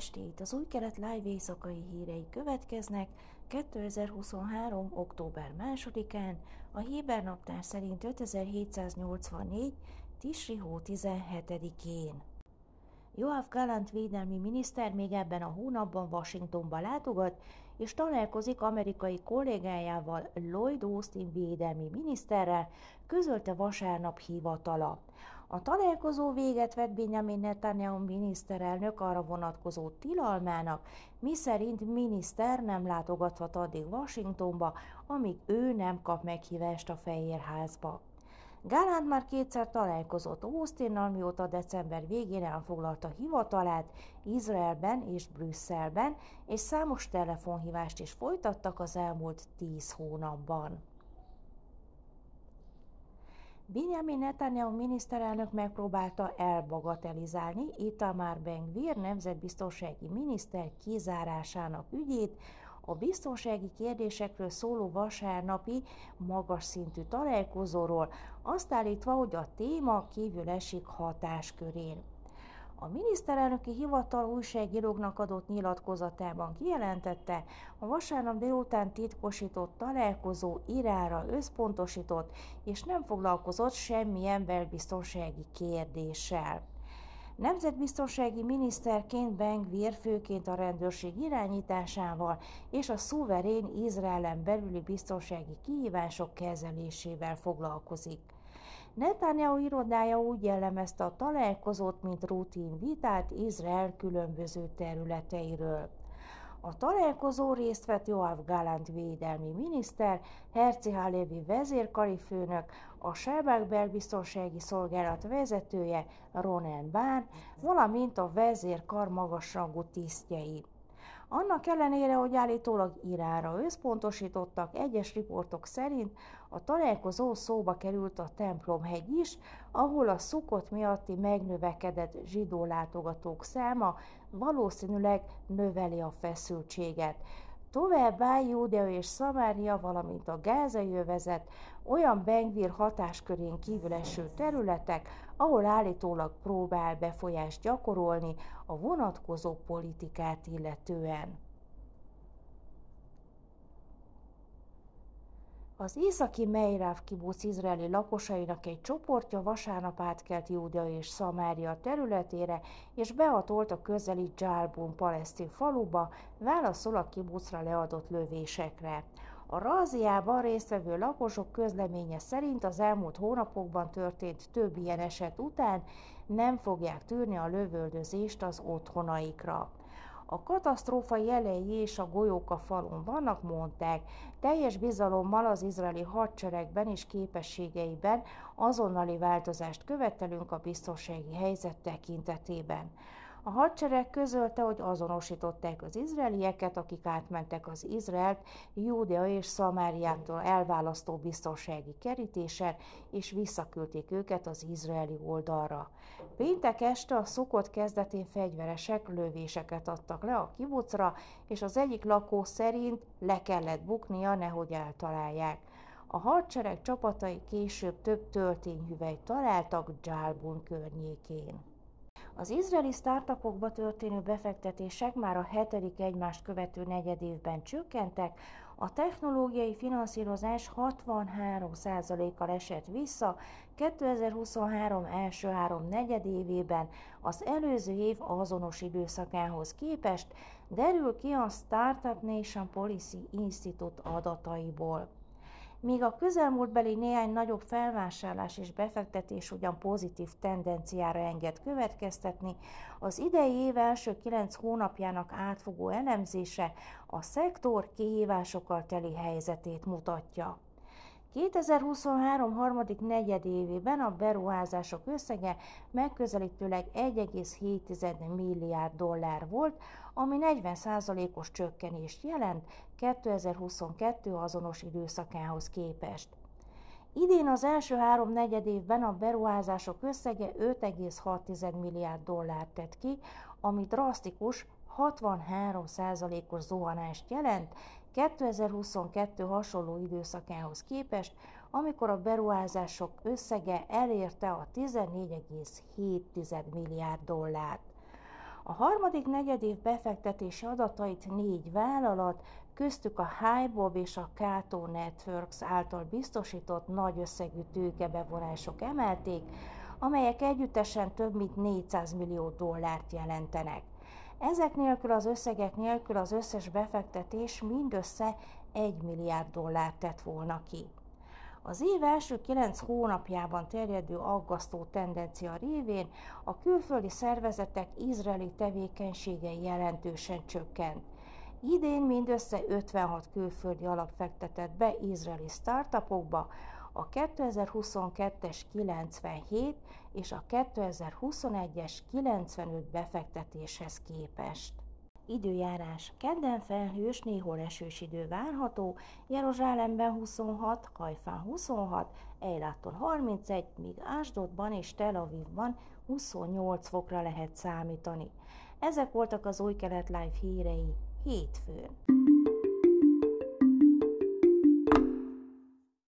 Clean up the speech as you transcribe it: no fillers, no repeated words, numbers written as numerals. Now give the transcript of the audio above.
estét! Az Új Kelet Live éjszakai hírei következnek 2023. október 2-án, a héber naptár szerint 5784. Tisri hó 17-én. Yoav Gallant védelmi miniszter még ebben a hónapban Washingtonba látogat, és találkozik amerikai kollégájával, Lloyd Austin védelmi miniszterrel, közölte vasárnap hivatala. A találkozó véget vett Benjamin Netanyahu miniszterelnök arra vonatkozó tilalmának, miszerint miniszter nem látogathat addig Washingtonba, amíg ő nem kap meghívást a Fehérházba. Gallant már kétszer találkozott Austinnal, mióta december végén elfoglalta hivatalát Izraelben és Brüsszelben, és számos telefonhívást is folytattak az elmúlt 10 hónapban. Benjamin Netanyahu miniszterelnök megpróbálta elbagatelizálni Itamar Ben-Gvir nemzetbiztonsági miniszter kizárásának ügyét a biztonsági kérdésekről szóló vasárnapi magas szintű találkozóról, azt állítva, hogy a téma kívül esik hatáskörén. A miniszterelnöki hivatal újságíróknak adott nyilatkozatában kijelentette, a vasárnap délután titkosított találkozó Iránra összpontosított, és nem foglalkozott semmilyen belbiztonsági kérdéssel. Nemzetbiztonsági miniszterként Ben-Gvir főként a rendőrség irányításával és a szuverén Izraelen belüli biztonsági kihívások kezelésével foglalkozik. Netanyahu irodája úgy jellemezte a találkozót, mint rutin vitát Izrael különböző területeiről. A találkozó részt vett Yoav Gallant védelmi miniszter, Herzi Halevi vezérkari főnök, a Sábák belbiztonsági szolgálat vezetője Ronen Bar, valamint a vezérkar magasrangú tisztjei. Annak ellenére, hogy állítólag Iránra összpontosítottak, egyes riportok szerint a találkozó szóba került a Templomhegy is, ahol a Szukot miatti megnövekedett zsidó látogatók száma valószínűleg növeli a feszültséget. Továbbá Júdea és Szamária, valamint a gázai övezet olyan Ben-Gvir hatáskörén kívül eső területek, ahol állítólag próbál befolyást gyakorolni a vonatkozó politikát illetően. Az északi Meirav kibuc izraeli lakosainak egy csoportja vasárnap átkelt Júdea és Szamária területére, és behatolt a közeli Dzsálbun palesztin faluba, válaszol a kibucra leadott lövésekre. A razziában résztvevő lakosok közleménye szerint az elmúlt hónapokban történt több ilyen eset után nem fogják tűrni a lövöldözést az otthonaikra. A katasztrófa jelei és a golyók a falun vannak, mondták, teljes bizalommal az izraeli hadseregben és képességeiben azonnali változást követelünk a biztonsági helyzet tekintetében. A hadsereg közölte, hogy azonosították az izraelieket, akik átmentek az Izraelt Júdea és Szamáriától elválasztó biztonsági kerítésen, és visszaküldték őket az izraeli oldalra. Péntek este a Szukot kezdetén fegyveresek lövéseket adtak le a kibucra, és az egyik lakó szerint le kellett buknia, nehogy eltalálják. A hadsereg csapatai később több töltényhüvelyt találtak Dzsálbun környékén. Az izraeli startupokba történő befektetések már a 7. egymást követő negyedévben csökkentek, a technológiai finanszírozás 63%-kal esett vissza 2023 első 3 negyedévében az előző év azonos időszakához képest, derül ki a Startup Nation Policy Institute adataiból. Míg a közelmúltbeli néhány nagyobb felvásárlás és befektetés ugyan pozitív tendenciára enged következtetni, az idei év első 9 hónapjának átfogó elemzése a szektor kihívásokkal teli helyzetét mutatja. 2023 harmadik negyedévében a beruházások összege megközelítőleg 1,7 milliárd dollár volt, ami 40%-os csökkenést jelent 2022 azonos időszakához képest. Idén az első 3 negyedévben a beruházások összege 5,6 milliárd dollárt tett ki, ami drasztikus 63%-os zuhanást jelent 2022 hasonló időszakához képest, amikor a beruházások összege elérte a 14,7 milliárd dollárt. A harmadik negyedév befektetési adatait 4 vállalat, köztük a HiBob és a Cato Networks által biztosított nagy összegű tőkebevonások emelték, amelyek együttesen több mint 400 millió dollárt jelentenek. Ezek nélkül az összegek nélkül az összes befektetés mindössze 1 milliárd dollárt tett volna ki. Az év első 9 hónapjában terjedő aggasztó tendencia révén a külföldi szervezetek izraeli tevékenysége jelentősen csökkent. Idén mindössze 56 külföldi alap fektetett be izraeli startupokba, a 2022-es 97 és a 2021-es 95 befektetéshez képest. Időjárás: kedden felhős, néhol esős idő várható, Jeruzsálemben 26, Hajfán 26, Eiláton 31, míg Ásdodban és Tel Avivban 28 fokra lehet számítani. Ezek voltak az Új Kelet Live hírei hétfőn.